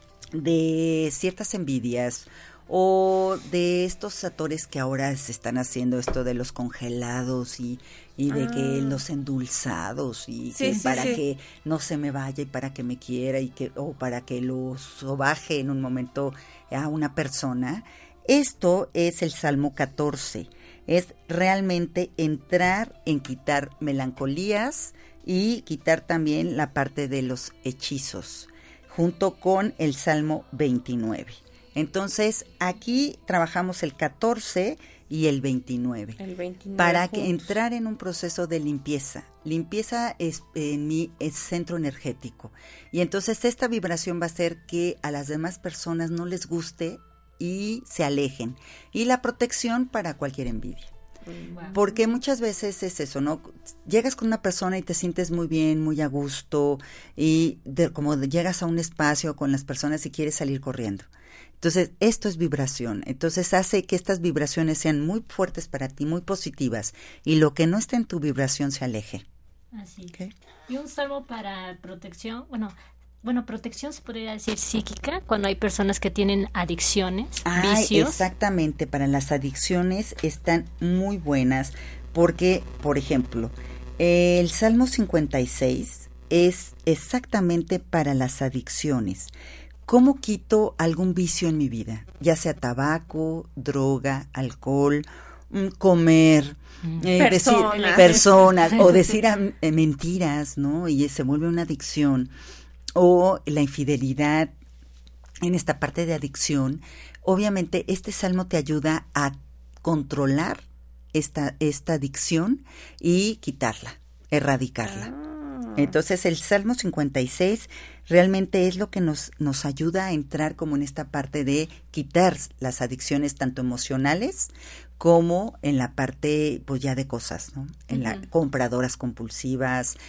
de ciertas envidias o de estos atores que ahora se están haciendo, esto de los congelados y de que los endulzados y sí, que para que no se me vaya y para que me quiera y que o para que lo sobaje en un momento a una persona. Esto es el Salmo 14. Es realmente entrar en quitar melancolías y quitar también la parte de los hechizos, junto con el Salmo 29. Entonces, aquí trabajamos el 14 y el 29. El 29 para que entrar en un proceso de limpieza. Limpieza es en mi centro energético. Y entonces esta vibración va a hacer que a las demás personas no les guste y se alejen. Y la protección para cualquier envidia. Wow. Porque muchas veces es eso, ¿no? Llegas con una persona y te sientes muy bien, muy a gusto, y como llegas a un espacio con las personas y quieres salir corriendo. Entonces, esto es vibración. Entonces, hace que estas vibraciones sean muy fuertes para ti, muy positivas, y lo que no está en tu vibración se aleje. Así. ¿Okay? Y un salmo para protección, bueno, protección se podría decir psíquica, cuando hay personas que tienen adicciones, vicios. Exactamente, para las adicciones están muy buenas, porque, por ejemplo, el Salmo 56 es exactamente para las adicciones. ¿Cómo quito algún vicio en mi vida? Ya sea tabaco, droga, alcohol, comer, personas o decir mentiras, ¿no? Y se vuelve una adicción. O la infidelidad en esta parte de adicción. Obviamente este salmo te ayuda a controlar esta adicción y quitarla, erradicarla. Entonces el Salmo 56 realmente es lo que nos ayuda a entrar como en esta parte de quitar las adicciones tanto emocionales como en la parte pues ya de cosas, ¿no? En la compradoras compulsivas,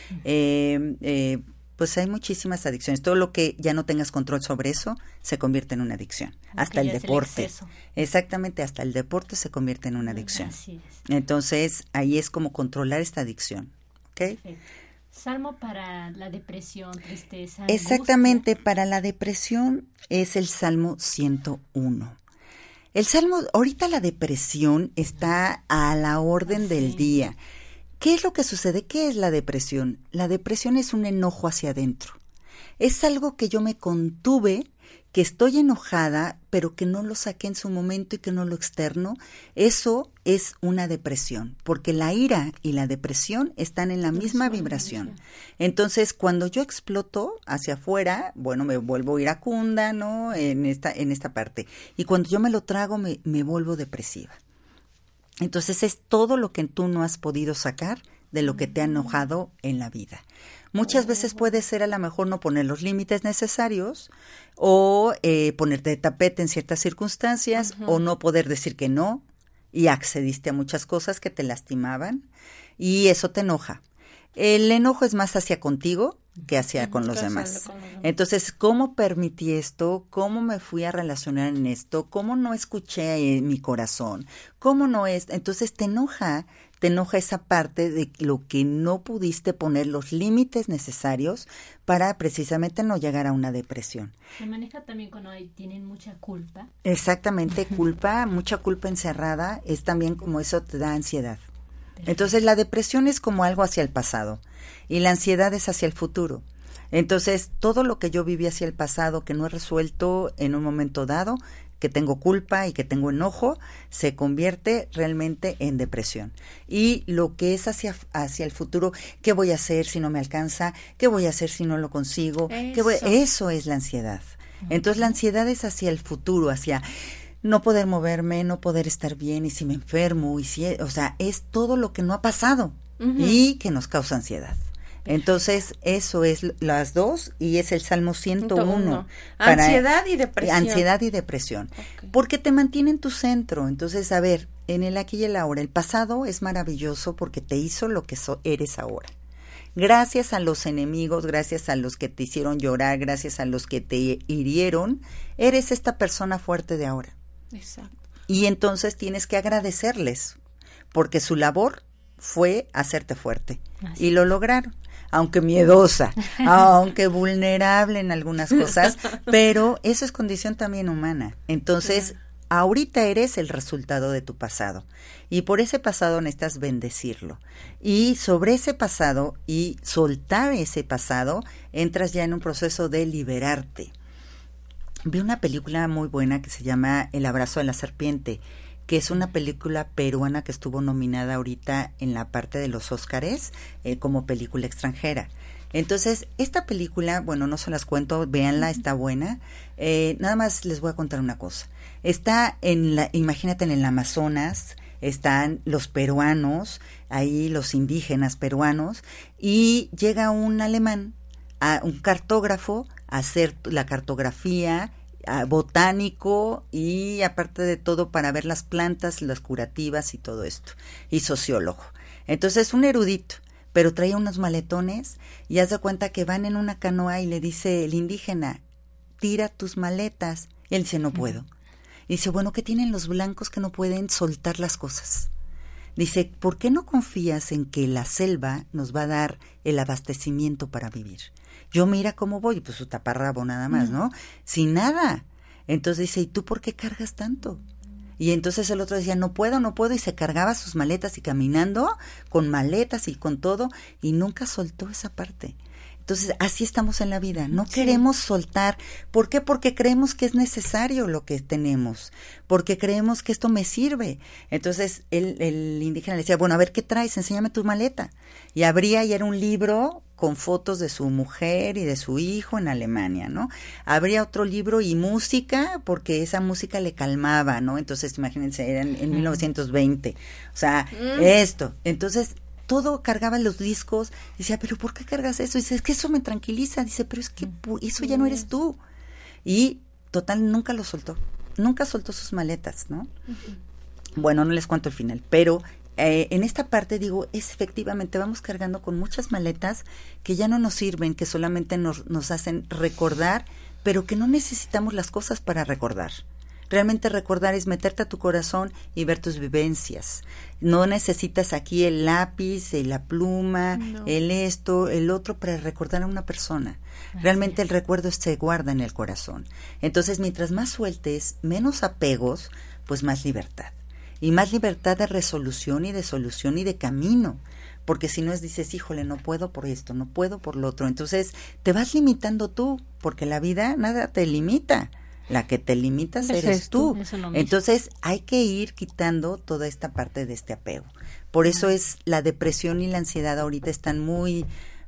pues hay muchísimas adicciones. Todo lo que ya no tengas control sobre eso se convierte en una adicción. Hasta el deporte. Exactamente, hasta el deporte se convierte en una adicción. Así es. Entonces ahí es como controlar esta adicción, ¿ok? Perfecto. Salmo para la depresión, tristeza, exactamente, angustia. Para la depresión es el Salmo 101. Ahorita la depresión está a la orden del día. ¿Qué es lo que sucede? ¿Qué es la depresión? La depresión es un enojo hacia adentro. Es algo que yo me contuve, que estoy enojada, pero que no lo saqué en su momento y que no lo externo. Eso es una depresión, porque la ira y la depresión están en la misma vibración. Entonces, cuando yo exploto hacia afuera, bueno, me vuelvo iracunda, ¿no? En esta parte. Y cuando yo me lo trago, me vuelvo depresiva. Entonces, es todo lo que tú no has podido sacar de lo que te ha enojado en la vida. Muchas veces puede ser a lo mejor no poner los límites necesarios o ponerte de tapete en ciertas circunstancias o no poder decir que no y accediste a muchas cosas que te lastimaban y eso te enoja. El enojo es más hacia contigo que hacia con los demás. Entonces, ¿cómo permití esto? ¿Cómo me fui a relacionar en esto? ¿Cómo no escuché mi corazón? ¿Cómo no es? Entonces te enoja esa parte de lo que no pudiste poner los límites necesarios para precisamente no llegar a una depresión. Se maneja también cuando tienen mucha culpa. Exactamente, mucha culpa encerrada, es también como eso te da ansiedad. Entonces la depresión es como algo hacia el pasado y la ansiedad es hacia el futuro. Entonces todo lo que yo viví hacia el pasado que no he resuelto en un momento dado, que tengo culpa y que tengo enojo, se convierte realmente en depresión. Y lo que es hacia el futuro, ¿qué voy a hacer si no me alcanza? ¿Qué voy a hacer si no lo consigo? Eso es la ansiedad. Entonces la ansiedad es hacia el futuro, hacia no poder moverme, no poder estar bien, y si me enfermo, es todo lo que no ha pasado y que nos causa ansiedad. Entonces, eso es las dos y es el Salmo 101. Ansiedad y depresión. Ansiedad y depresión. Okay. Porque te mantiene en tu centro. Entonces, a ver, en el aquí y el ahora, el pasado es maravilloso porque te hizo lo que eres ahora. Gracias a los enemigos, gracias a los que te hicieron llorar, gracias a los que te hirieron, eres esta persona fuerte de ahora. Exacto. Y entonces tienes que agradecerles porque su labor fue hacerte fuerte. Así. Y lo lograron. Aunque miedosa, aunque vulnerable en algunas cosas, pero eso es condición también humana. Entonces, ahorita eres el resultado de tu pasado y por ese pasado necesitas bendecirlo. Y sobre ese pasado y soltar ese pasado, entras ya en un proceso de liberarte. Vi una película muy buena que se llama El abrazo de la serpiente, que es una película peruana que estuvo nominada ahorita en la parte de los Óscares como película extranjera. Entonces, esta película, bueno, no se las cuento, véanla, está buena. Nada más les voy a contar una cosa. Está imagínate en el Amazonas, están los peruanos, ahí los indígenas peruanos, y llega un alemán, un cartógrafo, a hacer la cartografía, botánico y aparte de todo para ver las plantas, las curativas y todo esto, y sociólogo. Entonces un erudito, pero traía unos maletones y haz de cuenta que van en una canoa y le dice el indígena, tira tus maletas, y él dice, no puedo. Y dice, bueno, ¿qué tienen los blancos que no pueden soltar las cosas? Dice, ¿por qué no confías en que la selva nos va a dar el abastecimiento para vivir? Yo mira cómo voy, pues su taparrabo nada más, ¿no? Sin nada. Entonces dice, ¿y tú por qué cargas tanto? Y entonces el otro decía, no puedo, y se cargaba sus maletas y caminando con maletas y con todo, y nunca soltó esa parte. Entonces, así estamos en la vida, no queremos soltar. ¿Por qué? Porque creemos que es necesario lo que tenemos, porque creemos que esto me sirve. Entonces, el indígena le decía, bueno, a ver, ¿qué traes? Enséñame tu maleta. Y abría y era un libro con fotos de su mujer y de su hijo en Alemania, ¿no? Abría otro libro y música, porque esa música le calmaba, ¿no? Entonces, imagínense, eran en 1920, o sea, esto. Entonces, todo cargaba los discos, decía, pero ¿por qué cargas eso? Dice, es que eso me tranquiliza, dice, pero es que eso ya no eres tú. Y total, nunca lo soltó, nunca soltó sus maletas, ¿no? Bueno, no les cuento el final, pero en esta parte digo, es efectivamente, vamos cargando con muchas maletas que ya no nos sirven, que solamente nos hacen recordar, pero que no necesitamos las cosas para recordar. Realmente recordar es meterte a tu corazón y ver tus vivencias. No necesitas aquí el lápiz, la pluma, el esto, el otro para recordar a una persona. Realmente el recuerdo se guarda en el corazón. Entonces, mientras más sueltes, menos apegos, pues más libertad. Y más libertad de resolución y de solución y de camino. Porque si no dices, híjole, no puedo por esto, no puedo por lo otro. Entonces, te vas limitando tú, porque la vida nada te limita. La que te limitas eres tú. Entonces, hay que ir quitando toda esta parte de este apego. Por eso es la depresión y la ansiedad ahorita están muy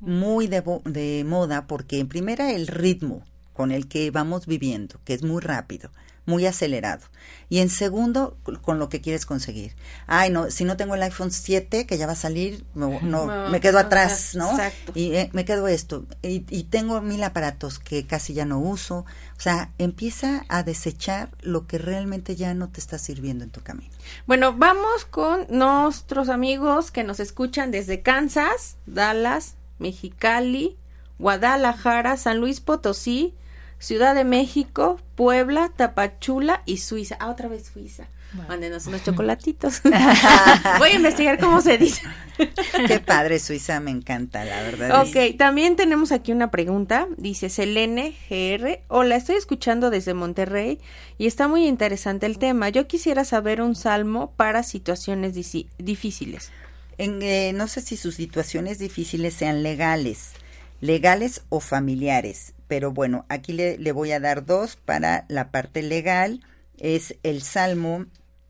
de moda, porque en primera el ritmo con el que vamos viviendo, que es muy rápido, muy acelerado. Y en segundo, con lo que quieres conseguir. Ay, no, si no tengo el iPhone 7, que ya va a salir, me quedo atrás, ¿no? Exacto. Y me quedo esto. Y tengo 1000 aparatos que casi ya no uso. O sea, empieza a desechar lo que realmente ya no te está sirviendo en tu camino. Bueno, vamos con nuestros amigos que nos escuchan desde Kansas, Dallas, Mexicali, Guadalajara, San Luis Potosí, Ciudad de México, Puebla, Tapachula y Suiza. Otra vez Suiza. Mándenos unos chocolatitos. Voy a investigar cómo se dice. Qué padre, Suiza, me encanta, la verdad. Ok, también tenemos aquí una pregunta. Dice Selene GR. Hola, estoy escuchando desde Monterrey y está muy interesante el tema. Yo quisiera saber un salmo para situaciones difíciles. No sé si sus situaciones difíciles sean legales o familiares, pero bueno, aquí le voy a dar 2 para la parte legal. Es el salmo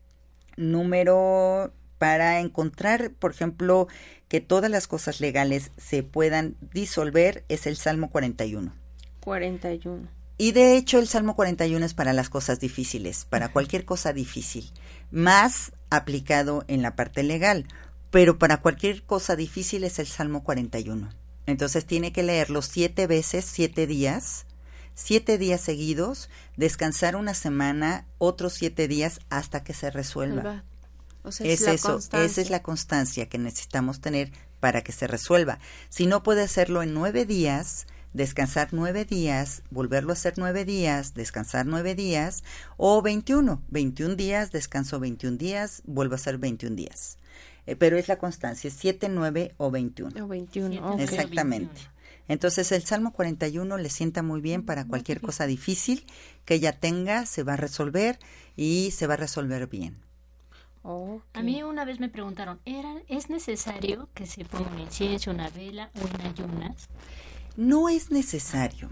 número para encontrar, por ejemplo, que todas las cosas legales se puedan disolver, es el Salmo 41. 41. Y de hecho el Salmo 41 es para las cosas difíciles, para cualquier cosa difícil, más aplicado en la parte legal, pero para cualquier cosa difícil es el Salmo 41. Entonces tiene que leerlo 7 veces, 7 días, 7 días seguidos, descansar una semana, otros 7 días hasta que se resuelva. O sea, esa es la constancia que necesitamos tener para que se resuelva. Si no, puede hacerlo en 9 días, descansar 9 días, volverlo a hacer 9 días, descansar 9 días, o 21 días, descanso 21 días, vuelvo a hacer 21 días. Pero es la constancia, 7, 9 o 21. O 21, okay. Exactamente. Entonces el Salmo 41 le sienta muy bien para cualquier cosa difícil que ella tenga, se va a resolver y se va a resolver bien. Okay. A mí una vez me preguntaron, ¿es necesario que se ponga un incienso, una vela o en ayunas? No es necesario.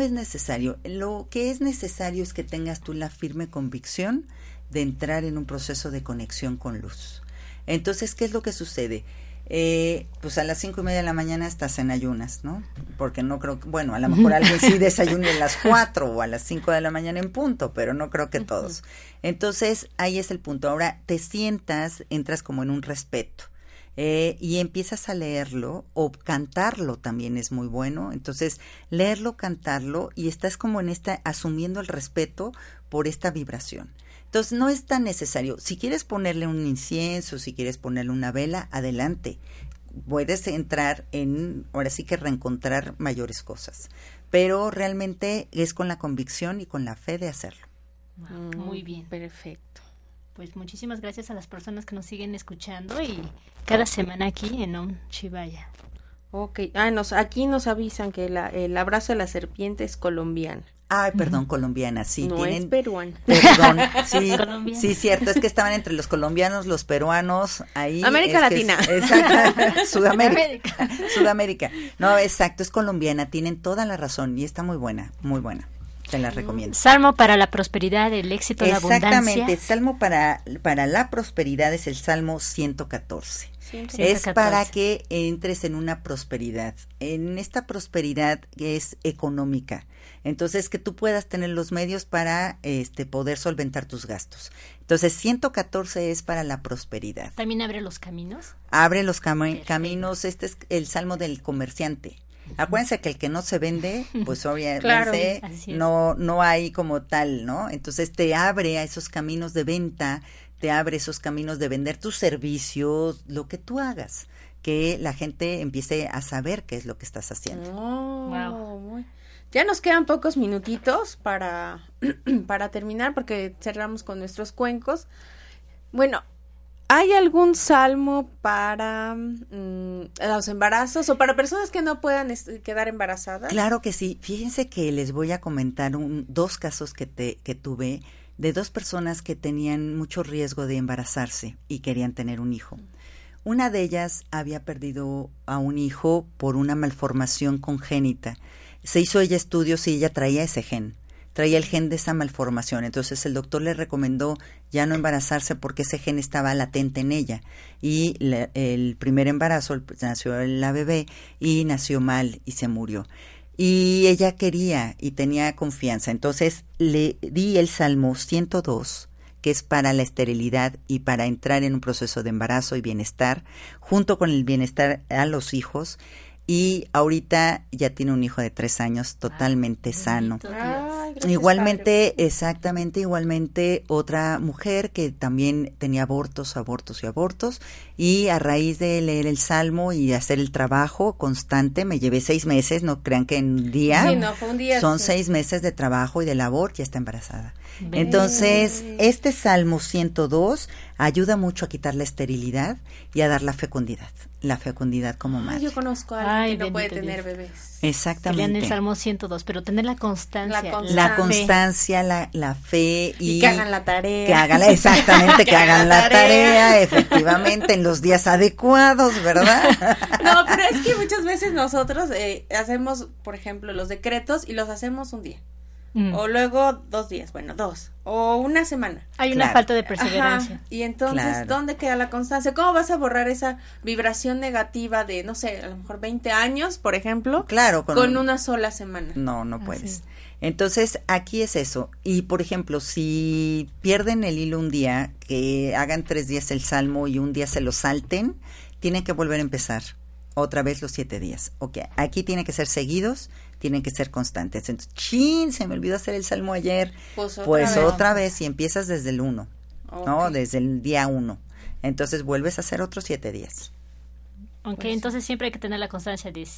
Lo que es necesario es que tengas tú la firme convicción de entrar en un proceso de conexión con luz. Entonces, ¿qué es lo que sucede? Pues a las 5:30 de la mañana estás en ayunas, ¿no? Porque no creo que, bueno, a lo mejor alguien sí desayune a las 4 o a las 5 de la mañana en punto, pero no creo que todos. Entonces, ahí es el punto. Ahora, te sientas, entras como en un respeto. Y empiezas a leerlo o cantarlo también es muy bueno. Entonces, leerlo, cantarlo y estás como en asumiendo el respeto por esta vibración. Entonces, no es tan necesario. Si quieres ponerle un incienso, si quieres ponerle una vela, adelante. Puedes entrar ahora sí que reencontrar mayores cosas. Pero realmente es con la convicción y con la fe de hacerlo. Muy bien. Perfecto. Pues muchísimas gracias a las personas que nos siguen escuchando y cada semana aquí en Om Shivaya. Ok. Aquí nos avisan que el abrazo de la serpiente es colombiano. Ay, perdón, colombiana, sí. No es peruana. Perdón, sí, sí, cierto, es que estaban entre los colombianos, los peruanos, ahí. América Latina. Exacto, Sudamérica. No, exacto, es colombiana, tienen toda la razón y está muy buena, te la recomiendo. Salmo para la prosperidad, el éxito, la abundancia. Exactamente, salmo para la prosperidad es el Salmo 114. Es para que entres en una prosperidad. En esta prosperidad es económica. Entonces, que tú puedas tener los medios para poder solventar tus gastos. Entonces, 114 es para la prosperidad. ¿También abre los caminos? Abre los caminos. Este es el salmo del comerciante. Acuérdense que el que no se vende, pues obviamente no hay como tal, ¿no? Entonces, te abre a esos caminos de venta, te abre esos caminos de vender tus servicios, lo que tú hagas, que la gente empiece a saber qué es lo que estás haciendo. Wow. Ya nos quedan pocos minutitos para terminar, porque cerramos con nuestros cuencos. Bueno, ¿hay algún salmo para los embarazos o para personas que no puedan quedar embarazadas? Claro que sí. Fíjense que les voy a comentar dos casos que tuve de dos personas que tenían mucho riesgo de embarazarse y querían tener un hijo. Una de ellas había perdido a un hijo por una malformación congénita. Se hizo ella estudios y ella traía ese gen. Traía el gen de esa malformación. Entonces el doctor le recomendó ya no embarazarse porque ese gen estaba latente en ella. Y el primer embarazo, nació la bebé y nació mal y se murió. Y ella quería y tenía confianza. Entonces le di el Salmo 102, que es para la esterilidad y para entrar en un proceso de embarazo y bienestar, junto con el bienestar a los hijos. Y ahorita ya tiene un hijo de 3 años totalmente sano. Igualmente, igualmente otra mujer que también tenía abortos. Y a raíz de leer el Salmo y de hacer el trabajo constante, me llevé 6 meses, no crean que en un día. Sí, no, fue un día. Son 6 meses de trabajo y de labor, ya está embarazada. Entonces, este Salmo 102 ayuda mucho a quitar la esterilidad y a dar la fecundidad como madre. Yo conozco a alguien que no puede tener bebés. Exactamente. En el Salmo 102, pero tener la constancia. La constancia, la fe y que hagan la tarea. Que hagan la tarea, efectivamente, en los días adecuados, ¿verdad? No, pero es que muchas veces nosotros hacemos, por ejemplo, los decretos y los hacemos un día. O luego 2 días, 2, o una semana. Hay una falta de perseverancia. Ajá. Y entonces, ¿dónde queda la constancia? ¿Cómo vas a borrar esa vibración negativa de, no sé, a lo mejor 20 años, por ejemplo? Claro. Con una sola semana. No puedes. Entonces, aquí es eso. Y, por ejemplo, si pierden el hilo un día, que hagan 3 días el Salmo y un día se lo salten, tienen que volver a empezar. Otra vez los 7 días. Ok, aquí tienen que ser seguidos, tienen que ser constantes. Entonces, se me olvidó hacer el Salmo ayer. Pues otra vez y empiezas desde el 1, ¿no? Desde el día 1. Entonces vuelves a hacer otros 7 días. Ok, entonces siempre hay que tener la constancia de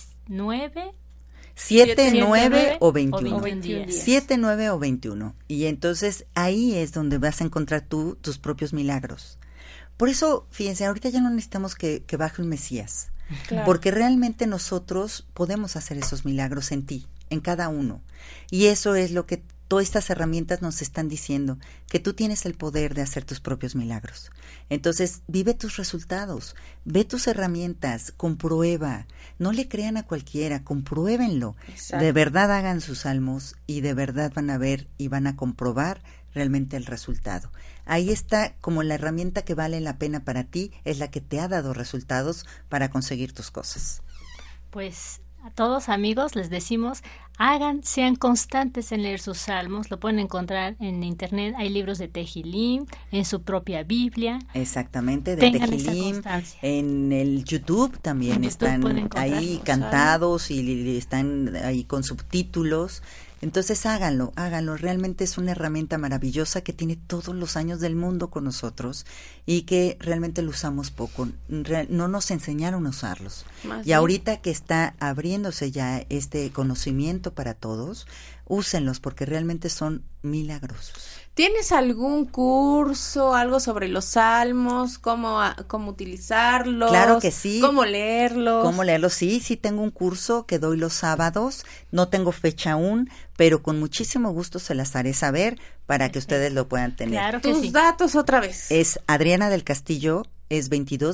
7, 9 o 21. 7, 9 o 21. Y entonces ahí es donde vas a encontrar tú tus propios milagros. Por eso, fíjense, ahorita ya no necesitamos que baje un Mesías. Claro. Porque realmente nosotros podemos hacer esos milagros en ti, en cada uno. Y eso es lo que todas estas herramientas nos están diciendo, que tú tienes el poder de hacer tus propios milagros. Entonces, vive tus resultados, ve tus herramientas, comprueba. No le crean a cualquiera, compruébenlo. Exacto. De verdad hagan sus salmos y de verdad van a ver y van a comprobar realmente el resultado. Ahí está como la herramienta que vale la pena para ti, es la que te ha dado resultados para conseguir tus cosas. Pues a todos amigos les decimos, sean constantes en leer sus salmos, lo pueden encontrar en internet, hay libros de Tehilim, en su propia Biblia. Exactamente, de Tehilim, en el YouTube también están ahí cantados y están ahí con subtítulos. Entonces háganlo, realmente es una herramienta maravillosa que tiene todos los años del mundo con nosotros y que realmente lo usamos poco, no nos enseñaron a usarlos. Y ahorita que está abriéndose ya este conocimiento para todos, úsenlos porque realmente son milagrosos. ¿Tienes algún curso, algo sobre los salmos, cómo utilizarlos? Claro que sí. ¿Cómo leerlos? Sí, tengo un curso que doy los sábados, no tengo fecha aún, pero con muchísimo gusto se las haré saber para que ustedes lo puedan tener. Claro que Tus datos otra vez. Es Adriana del Castillo, es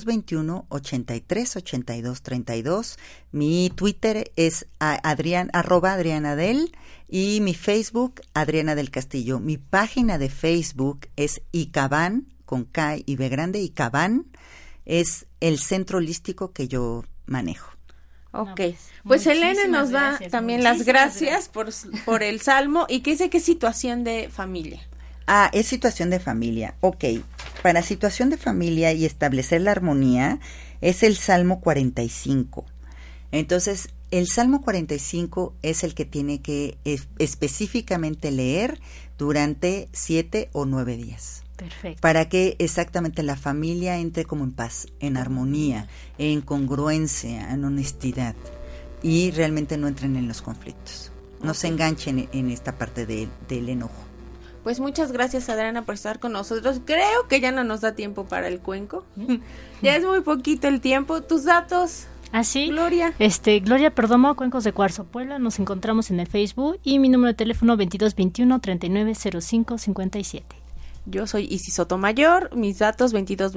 2221-838232. Mi Twitter es @Adrianadel y mi Facebook, Adriana del Castillo. Mi página de Facebook es Icaban, con K y B grande, Icaban, es el centro holístico que yo manejo. Ok, pues Elena nos da también las gracias por el Salmo. ¿Y qué dice? ¿Qué situación de familia? Es situación de familia. Ok, para situación de familia y establecer la armonía es el Salmo 45. Entonces, el Salmo 45 es el que tiene que específicamente leer durante 7 o 9 días. Perfecto. Para que exactamente la familia entre como en paz, en armonía, en congruencia, en honestidad y realmente no entren en los conflictos. no se enganchen en esta parte del enojo. Pues muchas gracias, Adriana, por estar con nosotros. Creo que ya no nos da tiempo para el cuenco. Ya es muy poquito el tiempo. ¿Tus datos? Así, Gloria. Gloria Perdomo, Cuencos de Cuarzo, Puebla. Nos encontramos en el Facebook y mi número de teléfono 2221-390557. Yo soy Isis Sotomayor, mis datos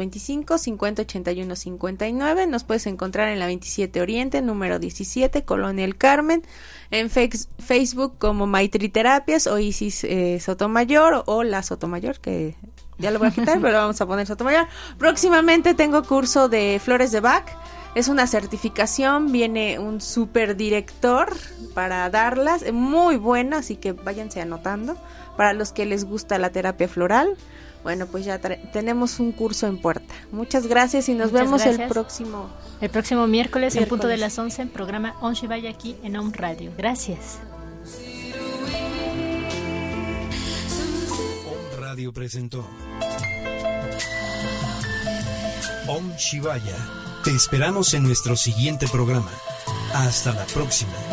2225-5081-59. Nos puedes encontrar en la 27 Oriente, número 17, Colonia El Carmen, en Facebook como Maitriterapias o Isis Sotomayor o La Sotomayor, que ya lo voy a quitar, pero vamos a poner Sotomayor. Próximamente tengo curso de Flores de Bach. Es una certificación, viene un superdirector para darlas, muy buena, así que váyanse anotando. Para los que les gusta la terapia floral, bueno, pues ya tenemos un curso en puerta. Muchas gracias y nos vemos el próximo miércoles en punto de las 11 en programa Om Shivaya aquí en Om Radio. Gracias. Om Radio presentó Om Shivaya. Te esperamos en nuestro siguiente programa. Hasta la próxima.